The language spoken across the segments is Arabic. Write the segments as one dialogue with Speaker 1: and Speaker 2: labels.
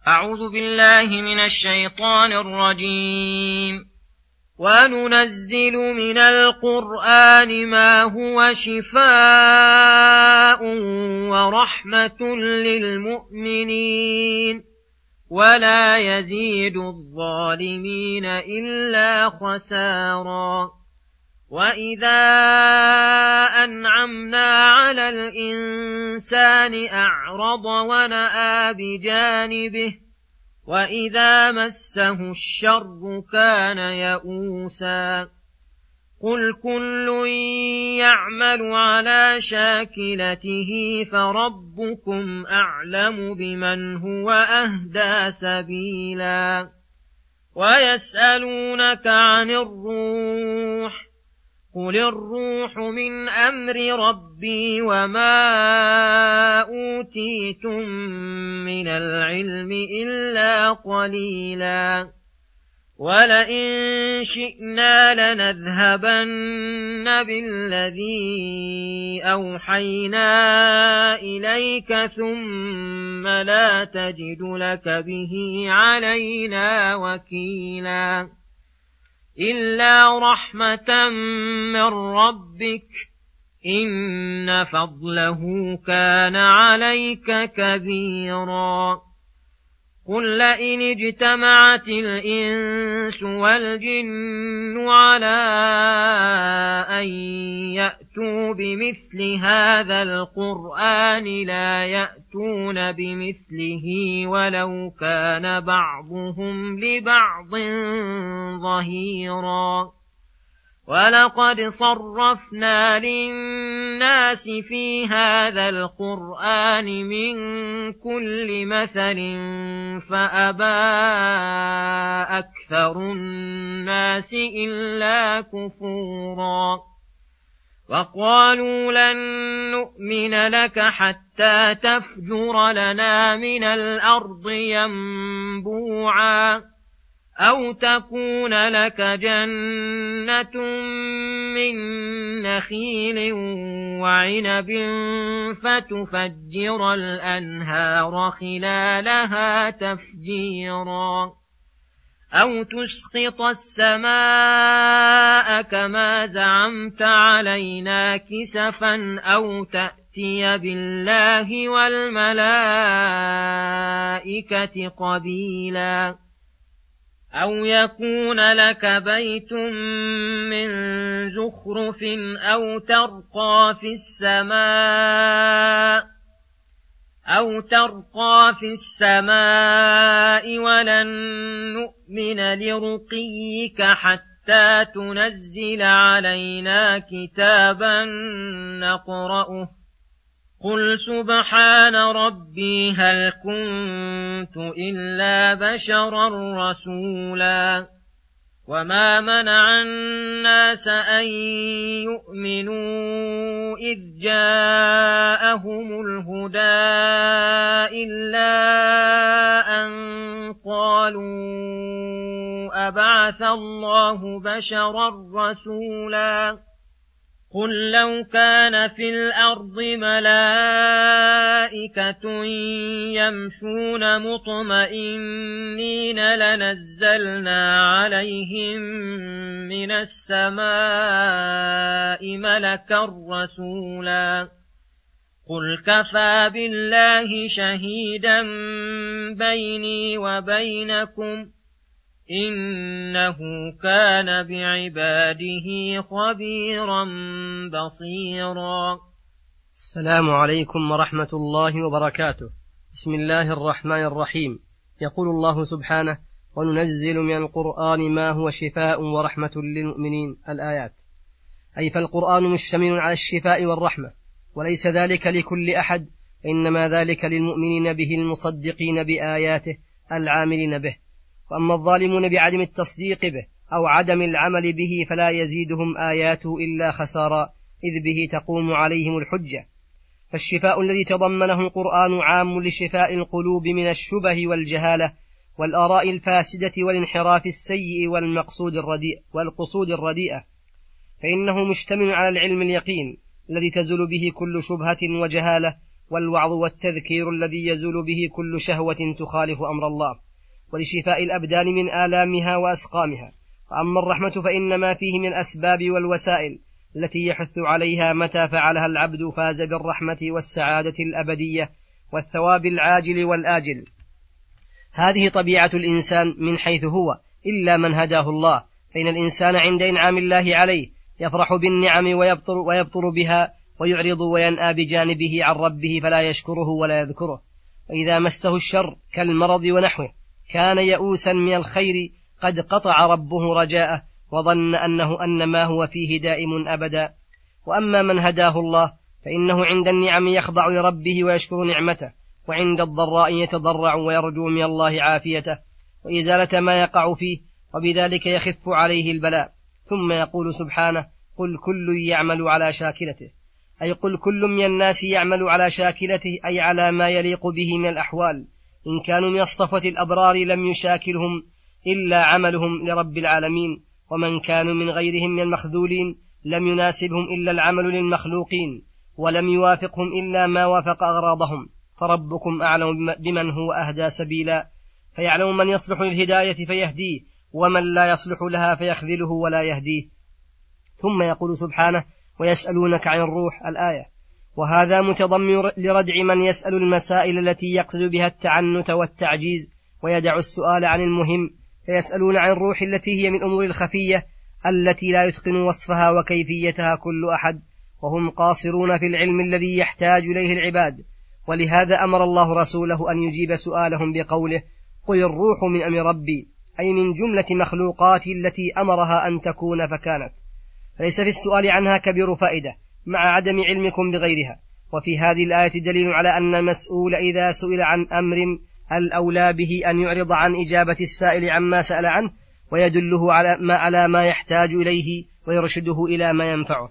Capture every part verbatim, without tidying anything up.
Speaker 1: أعوذ بالله من الشيطان الرجيم. وننزل من القرآن ما هو شفاء ورحمة للمؤمنين ولا يزيد الظالمين إلا خسارا. وإذا أنعمنا على الإنسان أعرض ونأى بجانبه وإذا مسه الشر كان يئوسا. قل كل يعمل على شاكلته فربكم أعلم بمن هو أهدى سبيلا. ويسألونك عن الروح قل الروح من أمر ربي وما أوتيتم من العلم إلا قليلا. ولئن شئنا لنذهبن بالذي أوحينا إليك ثم لا تجد لك به علينا وكيلا. إلا رحمة من ربك إن فضله كان عليك كبيرا. قل لئن اجتمعت الإنس والجن على أن يأتوا بمثل هذا القرآن لا يأتون بمثله ولو كان بعضهم لبعض ظهيرا. ولقد صرفنا للناس في هذا القرآن من كل مثل فأبى أكثر الناس إلا كفورا. وقالوا لن نؤمن لك حتى تفجر لنا من الأرض ينبوعا أو تكون لك جنة من نخيل وعنب فتفجر الأنهار خلالها تفجيرا أو تسقط السماء كما زعمت علينا كسفا أو تأتي بالله والملائكة قبيلا أو يكون لك بيت من زخرف أو ترقى في السماء أو ترقى في السماء ولن نؤمن لرقيك حتى تنزل علينا كتابا نقرأه. قل سبحان ربي هل كنت إلا بشرا رسولا. وما منع الناس أن يؤمنوا إذ جاءهم الهدى إلا أن قالوا أبعث الله بشرا رسولا. قل لو كان في الأرض ملائكة يمشون مطمئنين لنزلنا عليهم من السماء ملكا رسولا. قل كفى بالله شهيدا بيني وبينكم إنه كان بعباده خبيرا بصيرا.
Speaker 2: السلام عليكم ورحمة الله وبركاته. بسم الله الرحمن الرحيم. يقول الله سبحانه: وننزل من القرآن ما هو شفاء ورحمة للمؤمنين. الآيات. أي فالقرآن مشتمل على الشفاء والرحمة، وليس ذلك لكل أحد، إنما ذلك للمؤمنين به المصدقين بآياته العاملين به. وأما الظالمون بعدم التصديق به أو عدم العمل به فلا يزيدهم آياته إلا خسارا، إذ به تقوم عليهم الحجة. فالشفاء الذي تضمنه القرآن عام لشفاء القلوب من الشبه والجهالة والآراء الفاسدة والانحراف السيء والمقصود الرديء والقصود الرديئة، فإنه مشتمل على العلم اليقين الذي تزول به كل شبهة وجهالة والوعظ والتذكير الذي يزول به كل شهوة تخالف أمر الله، ولشفاء الأبدان من آلامها وأسقامها. وأما الرحمة فإنما فيه من الأسباب والوسائل التي يحث عليها متى فعلها العبد فاز بالرحمة والسعادة الأبدية والثواب العاجل والآجل. هذه طبيعة الإنسان من حيث هو، إلا من هداه الله، فإن الإنسان عند إنعام الله عليه يفرح بالنعم ويبطر, ويبطر بها ويعرض وينأى بجانبه عن ربه فلا يشكره ولا يذكره. وإذا مسه الشر كالمرض ونحوه كان يئوسا من الخير قد قطع ربه رجاءه وظن أنه أن ما هو فيه دائم أبدا. وأما من هداه الله فإنه عند النعم يخضع لربه ويشكر نعمته، وعند الضراء يتضرع ويرجو من الله عافيته وإزالة ما يقع فيه، وبذلك يخف عليه البلاء. ثم يقول سبحانه: قل كل يعمل على شاكلته، أي قل كل من الناس يعمل على شاكلته، أي على ما يليق به من الأحوال. إن كانوا من الصفوة الأبرار لم يشاكلهم إلا عملهم لرب العالمين، ومن كانوا من غيرهم من المخذولين لم يناسبهم إلا العمل للمخلوقين، ولم يوافقهم إلا ما وافق أغراضهم. فربكم أعلم بمن هو أهدى سبيلا، فيعلم من يصلح للهداية فيهديه، ومن لا يصلح لها فيخذله ولا يهديه. ثم يقول سبحانه: ويسألونك عن الروح، الآية. وهذا متضمن لردع من يسأل المسائل التي يقصد بها التعنت والتعجيز ويدع السؤال عن المهم، فيسألون عن الروح التي هي من أمور الخفية التي لا يتقن وصفها وكيفيتها كل أحد، وهم قاصرون في العلم الذي يحتاج إليه العباد. ولهذا أمر الله رسوله أن يجيب سؤالهم بقوله: قل الروح من أمر ربي، أي من جملة مخلوقات التي أمرها أن تكون فكانت. ليس في السؤال عنها كبير فائدة مع عدم علمكم بغيرها. وفي هذه الآية دليل على أن المسؤول إذا سئل عن أمر الأولى به أن يعرض عن إجابة السائل عما سأل عنه، ويدله على ما, على ما يحتاج إليه ويرشده إلى ما ينفعه.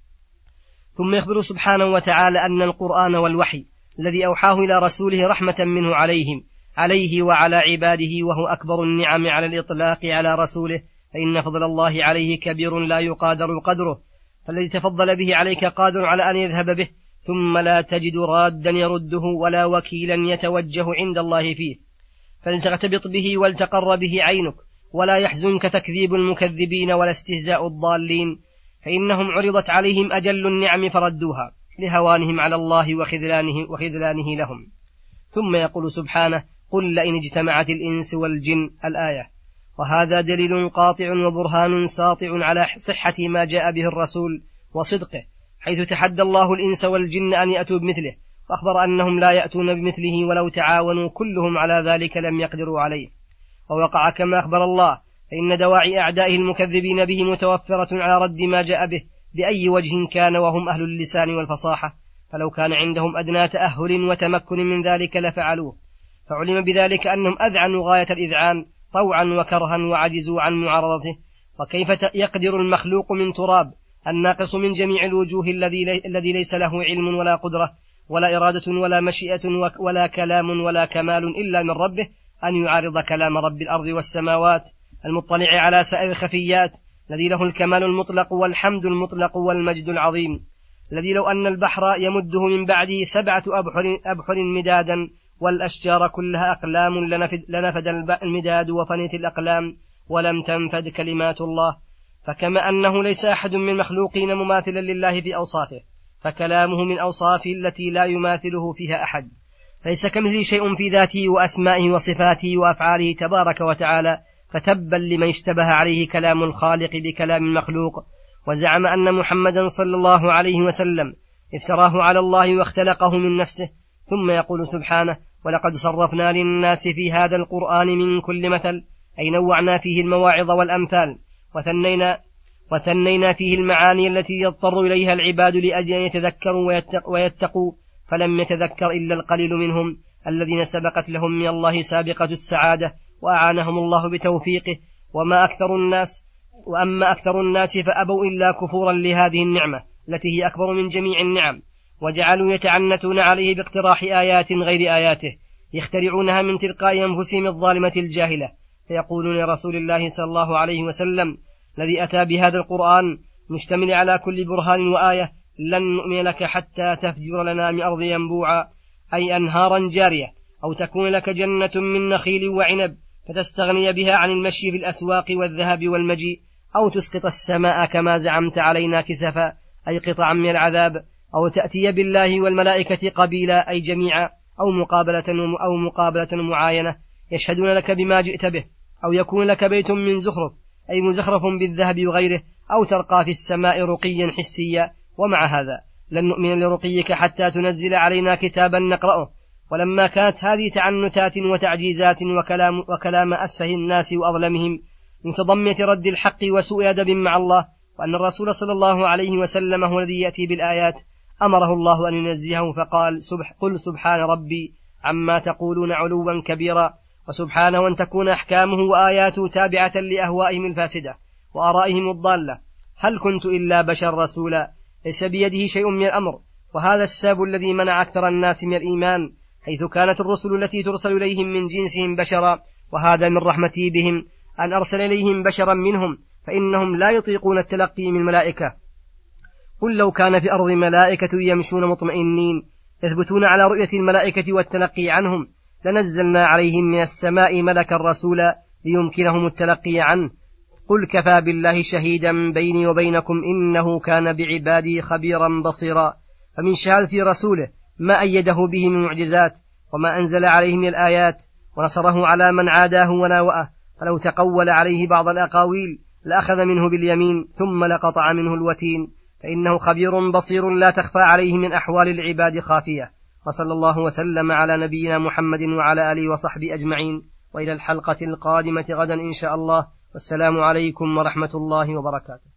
Speaker 2: ثم يخبر سبحانه وتعالى أن القرآن والوحي الذي أوحاه إلى رسوله رحمة منه عليهم عليه وعلى عباده، وهو أكبر النعم على الإطلاق على رسوله، فإن فضل الله عليه كبير لا يقادر قدره. فالذي تفضل به عليك قادر على أن يذهب به، ثم لا تجد رادا يرده ولا وكيلا يتوجه عند الله فيه. فلتغتبط به ولتقر به عينك، ولا يحزنك تكذيب المكذبين ولا استهزاء الضالين، فإنهم عرضت عليهم أجل النعم فردوها لهوانهم على الله وخذلانه, وخذلانه لهم. ثم يقول سبحانه: قل لئن اجتمعت الإنس والجن، الآية. وهذا دليل قاطع وبرهان ساطع على صحة ما جاء به الرسول وصدقه، حيث تحدى الله الإنس والجن أن يأتوا بمثله، وأخبر أنهم لا يأتون بمثله ولو تعاونوا كلهم على ذلك لم يقدروا عليه. ووقع كما أخبر الله، فإن دواعي أعدائه المكذبين به متوفرة على رد ما جاء به بأي وجه كان، وهم أهل اللسان والفصاحة، فلو كان عندهم أدنى تأهل وتمكن من ذلك لفعلوه. فعلم بذلك أنهم أذعنوا غاية الإذعان طوعا وكرها وعجزوا عن معارضته. وكيف يقدر المخلوق من تراب الناقص من جميع الوجوه الذي ليس له علم ولا قدرة ولا إرادة ولا مشيئة ولا كلام ولا كمال إلا من ربه أن يعارض كلام رب الأرض والسماوات المطلع على سائر الخفيات، الذي له الكمال المطلق والحمد المطلق والمجد العظيم، الذي لو أن البحر يمده من بعده سبعة أبحر, أبحر مدادا والأشجار كلها أقلام لنفد, لنفد المداد وفنيت الأقلام ولم تنفد كلمات الله. فكما أنه ليس أحد من المخلوقين مماثلا لله في أوصافه، فكلامه من أوصافه التي لا يماثله فيها أحد. ليس كمثله شيء في ذاته وأسمائه وصفاته وأفعاله تبارك وتعالى. فتبا لمن اشتبه عليه كلام الخالق بكلام المخلوق، وزعم أن محمدا صلى الله عليه وسلم افتراه على الله واختلقه من نفسه. ثم يقول سبحانه: ولقد صرفنا للناس في هذا القرآن من كل مثل، أي نوعنا فيه المواعظ والأمثال، وثنينا, وثنينا فيه المعاني التي يضطر إليها العباد لأجل أن يتذكروا ويتقوا، فلم يتذكر إلا القليل منهم الذين سبقت لهم من الله سابقة السعادة وأعانهم الله بتوفيقه. وما أكثر الناس وأما أكثر الناس فأبوا إلا كفورا لهذه النعمة التي هي أكبر من جميع النعم، وجعلوا يتعنتون عليه باقتراح آيات غير آياته يخترعونها من تلقاء أنفسهم الظالمة الجاهلة، فيقولون لرسول الله صلى الله عليه وسلم الذي أتى بهذا القرآن مشتمل على كل برهان وآية: لن نؤمن لك حتى تفجر لنا من أرض ينبوعا، أي أنهارا جارية، أو تكون لك جنة من نخيل وعنب فتستغني بها عن المشي في الأسواق والذهاب والمجيء، أو تسقط السماء كما زعمت علينا كسفا أي قطعا من العذاب، أو تأتي بالله والملائكة قبيلا أي جميعا، أو مقابلة أو مقابلة معاينة يشهدون لك بما جئت به، أو يكون لك بيت من زخرف أي مزخرف بالذهب وغيره، أو ترقى في السماء رقيا حسيا. ومع هذا لن نؤمن لرقيك حتى تنزل علينا كتابا نقرأه. ولما كانت هذه تعنتات وتعجيزات وكلام, وكلام أسفه الناس وأظلمهم من تضمية رد الحق وسوء أدب مع الله، وأن الرسول صلى الله عليه وسلم هو الذي يأتي بالآيات، أمره الله أن ينزهه فقال سبح قل سبحان ربي عما تقولون علوا كبيرا، وسبحانه وأن تكون أحكامه وآياته تابعة لأهوائهم الفاسدة وآرائهم الضالة. هل كنت إلا بشر رسولا ليس بيده شيء من الأمر، وهذا السبب الذي منع أكثر الناس من الإيمان، حيث كانت الرسل التي ترسل إليهم من جنسهم بشرا، وهذا من رحمته بهم أن أرسل إليهم بشرا منهم، فإنهم لا يطيقون التلقي من الملائكة. قل لو كان في أرض ملائكة يمشون مطمئنين يثبتون على رؤية الملائكة والتلقي عنهم لنزلنا عليهم من السماء ملكا رسولا ليمكنهم التلقي عنه. قل كفى بالله شهيدا بيني وبينكم إنه كان بعبادي خبيرا بصيرا. فمن شهادة رسوله ما أيده به من معجزات وما أنزل عليه من الآيات، ونصره على من عاداه وناوأه، فلو تقول عليه بعض الأقاويل لأخذ منه باليمين ثم لقطع منه الوتين، فإنه خبير بصير لا تخفى عليه من أحوال العباد خافية. وصلى الله وسلم على نبينا محمد وعلى آله وصحبه أجمعين، وإلى الحلقة القادمة غدا إن شاء الله، والسلام عليكم ورحمة الله وبركاته.